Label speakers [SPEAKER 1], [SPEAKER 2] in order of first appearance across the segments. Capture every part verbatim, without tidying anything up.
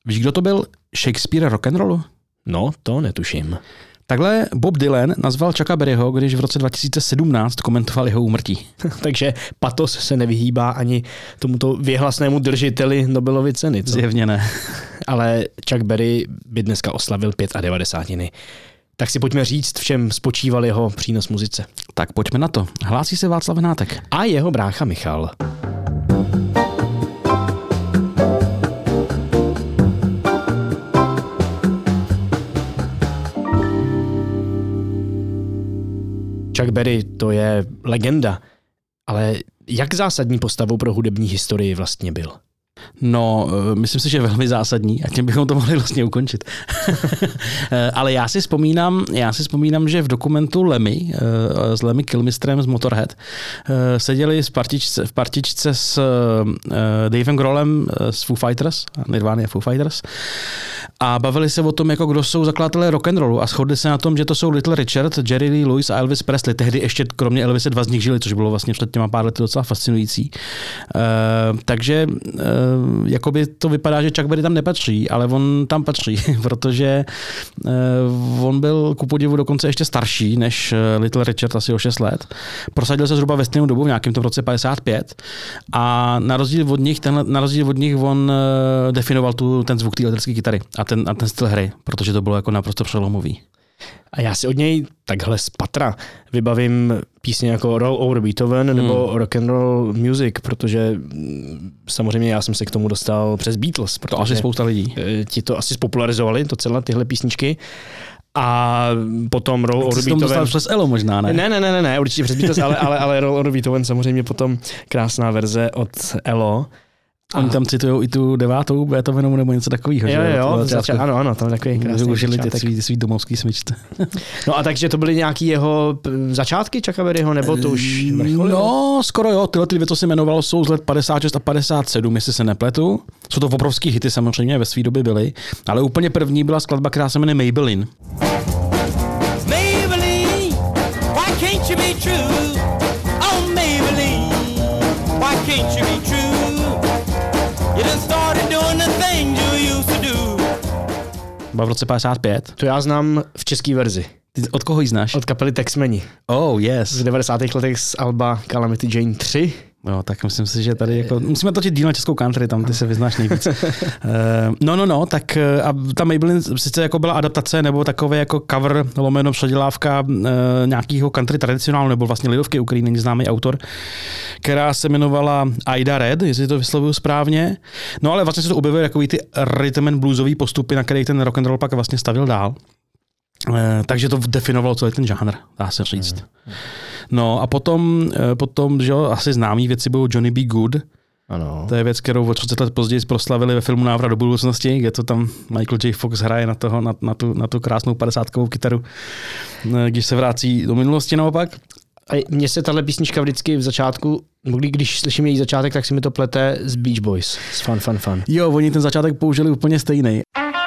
[SPEAKER 1] Víš, kdo to byl Shakespeare rock'n'rollu?
[SPEAKER 2] No, to netuším.
[SPEAKER 1] Takhle Bob Dylan nazval Chucka Berryho, když v roce dva tisíce sedmnáct komentoval jeho úmrtí.
[SPEAKER 2] Takže patos se nevyhýbá ani tomuto věhlasnému držiteli Nobelovy ceny. Co?
[SPEAKER 1] Zjevně ne.
[SPEAKER 2] Ale Chuck Berry by dneska oslavil devadesát pět. Tak si pojďme říct, v čem spočíval jeho přínos muzice.
[SPEAKER 1] Tak pojďme na to. Hlásí se Václav Hnátek.
[SPEAKER 2] A jeho brácha Michal. Chuck Berry, to je legenda, ale jak zásadní postavou pro hudební historii vlastně byl?
[SPEAKER 1] No, myslím si, že je velmi zásadní a tím bychom to mohli vlastně ukončit. Ale já si vzpomínám, já si vzpomínám, že v dokumentu Lemmy, s Lemmy Kilmistrem z Motorhead, seděli v partičce, v partičce s Davem Grohlem z Foo Fighters, Nirvana Foo Fighters, a bavili se o tom, jako kdo jsou zakladatelé rock'n'rollu a shodli se na tom, že to jsou Little Richard, Jerry Lee Lewis a Elvis Presley. Tehdy ještě kromě Elvise dva z nich žili, což bylo vlastně před těma pár lety docela fascinující. Uh, takže uh, jakoby to vypadá, že Chuck Berry tam nepatří, ale on tam patří, protože uh, on byl ku podivu dokonce ještě starší než Little Richard, asi o šest let. Prosadil se zhruba ve stejnou dobu, v nějakém tom roce padesát pět, a na rozdíl od nich, ten, na rozdíl od nich on uh, definoval tu, ten zvuk té elektrické kytary a ten, a ten styl hry, protože to bylo jako naprosto přelomový.
[SPEAKER 2] A já si od něj takhle z patra vybavím písně jako Roll Over Beethoven hmm. nebo Rock and Roll Music, protože samozřejmě já jsem se k tomu dostal přes Beatles.
[SPEAKER 1] To asi spousta lidí.
[SPEAKER 2] Ti to asi spopularizovali, to celé tyhle písničky. A potom Roll Over Beethoven.
[SPEAKER 1] Jsi to přes Elo možná, ne?
[SPEAKER 2] Ne, ne, ne, ne, určitě přes Beatles, ale, ale, ale Roll Over Beethoven samozřejmě potom krásná verze od Elo.
[SPEAKER 1] Oni tam citují i tu devátou Beethovenovu nebo něco takového.
[SPEAKER 2] Jo, jo, jo, začát, ano, ano, tam je takový krásný
[SPEAKER 1] užili ty svý, svý domovský smyčce.
[SPEAKER 2] No a takže to byly nějaký jeho začátky Chucka Berryho, nebo to už vrcholilo?
[SPEAKER 1] No, skoro jo, tyhle ty dvě, co se jmenovalo, jsou z let padesát šest a padesát sedm, jestli se nepletu. Jsou to obrovský hity, samozřejmě ve své době byly, ale úplně první byla skladba, která se jmenuje Maybelline.
[SPEAKER 3] Maybelline, why can't you be true? Oh Maybelline, why can't you be true? You done started doing the things you used to do.
[SPEAKER 1] Byla v roce padesát pět.
[SPEAKER 2] To já znám v české verzi.
[SPEAKER 1] Ty od koho ji znáš?
[SPEAKER 2] Od kapely Texmeni.
[SPEAKER 1] Oh, yes.
[SPEAKER 2] Z devadesátých letech z alba Calamity Jane tři.
[SPEAKER 1] No, tak myslím si, že tady jako, musíme točit díl na českou country, tam ty se vyznáš nejvíc. uh, no, no, no, tak a ta Maybelline sice jako byla adaptace nebo takové jako cover, lomeno předělávka uh, nějakého country tradicionálu, nebo vlastně lidovky, u který není známý autor, která se jmenovala Ida Red, jestli to vyslovuju správně. No, ale vlastně se to objevily takový ty rhythm and bluesový postupy, na kterých ten rock and roll pak vlastně stavil dál. Uh, takže to definovalo celý ten žánr, dá se říct. Mm. No a potom, potom že jo, asi známý věci budou Johnny B. Good.
[SPEAKER 2] Ano.
[SPEAKER 1] To je věc, kterou o třicet let později proslavili ve filmu Návrat do budoucnosti, kde to tam Michael J. Fox hraje na, toho, na, na, tu, na tu krásnou padesátkovou kytaru, když se vrací do minulosti naopak.
[SPEAKER 2] A mně se tahle písnička vždycky v začátku, když slyším její začátek, tak si mi to plete z Beach Boys, z Fun Fun Fun.
[SPEAKER 1] Jo, oni ten začátek použili úplně stejný.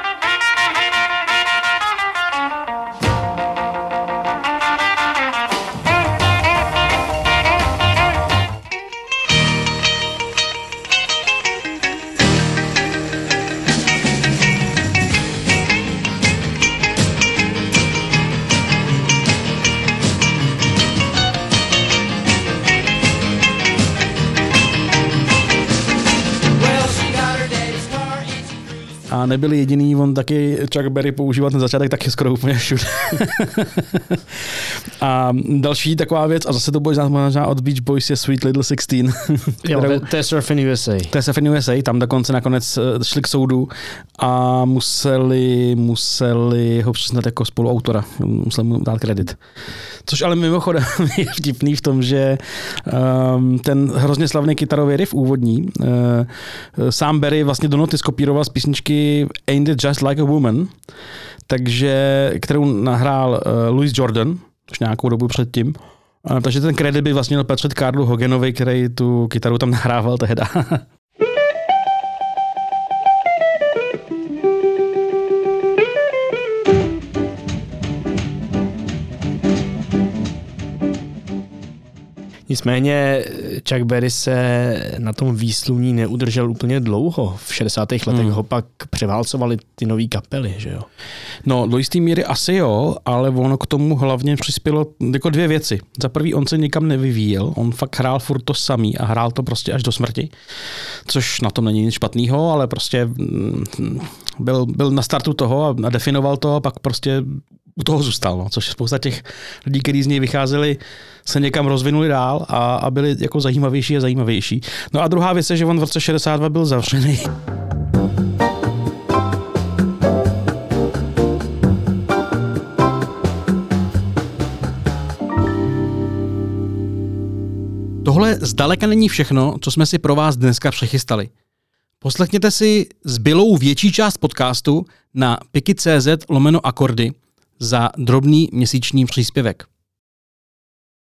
[SPEAKER 1] A nebyl jediný, on taky Chuck Berry používal ten začátek taky skoro úplně všude. A další taková věc, a zase to bude znát možná od Beach Boys, je Sweet Little sixteen.
[SPEAKER 2] Jo, kterou, to je Surfing U S A.
[SPEAKER 1] To je Surfing U S A, tam dokonce nakonec šli k soudu a museli, museli ho přiznat jako spoluautora, museli mu dát kredit. Což ale mimochodem je vtipný v tom, že um, ten hrozně slavný kytarový riff úvodní, uh, sám Berry vlastně do noty skopíroval z písničky Ain't It Just Like a Woman, takže, kterou nahrál uh, Louis Jordan, už nějakou dobu předtím. Uh, takže ten kredit by vlastně měl patřit Karlu Hoganovi, který tu kytaru tam nahrával tehda.
[SPEAKER 2] Nicméně Chuck Berry se na tom výsluní neudržel úplně dlouho. V šedesátých letech hmm. ho pak převálcovaly ty nový kapely, že jo?
[SPEAKER 1] No, do jistý míry asi jo, ale ono k tomu hlavně přispělo jako dvě věci. Za prvý, on se nikam nevyvíjel, on fakt hrál furt to samý a hrál to prostě až do smrti, což na tom není nic špatného, ale prostě byl, byl na startu toho a definoval to a pak prostě u toho zůstal, no, což spousta těch lidí, kteří z něj vycházeli, se někam rozvinuli dál a, a byli jako zajímavější a zajímavější. No a druhá věc je, že on v roce šedesát dva byl zavřený. Tohle zdaleka není všechno, co jsme si pro vás dneska přechystali. Poslechněte si zbylou větší část podcastu na piky tečka cz lomeno akordy za drobný měsíční příspěvek.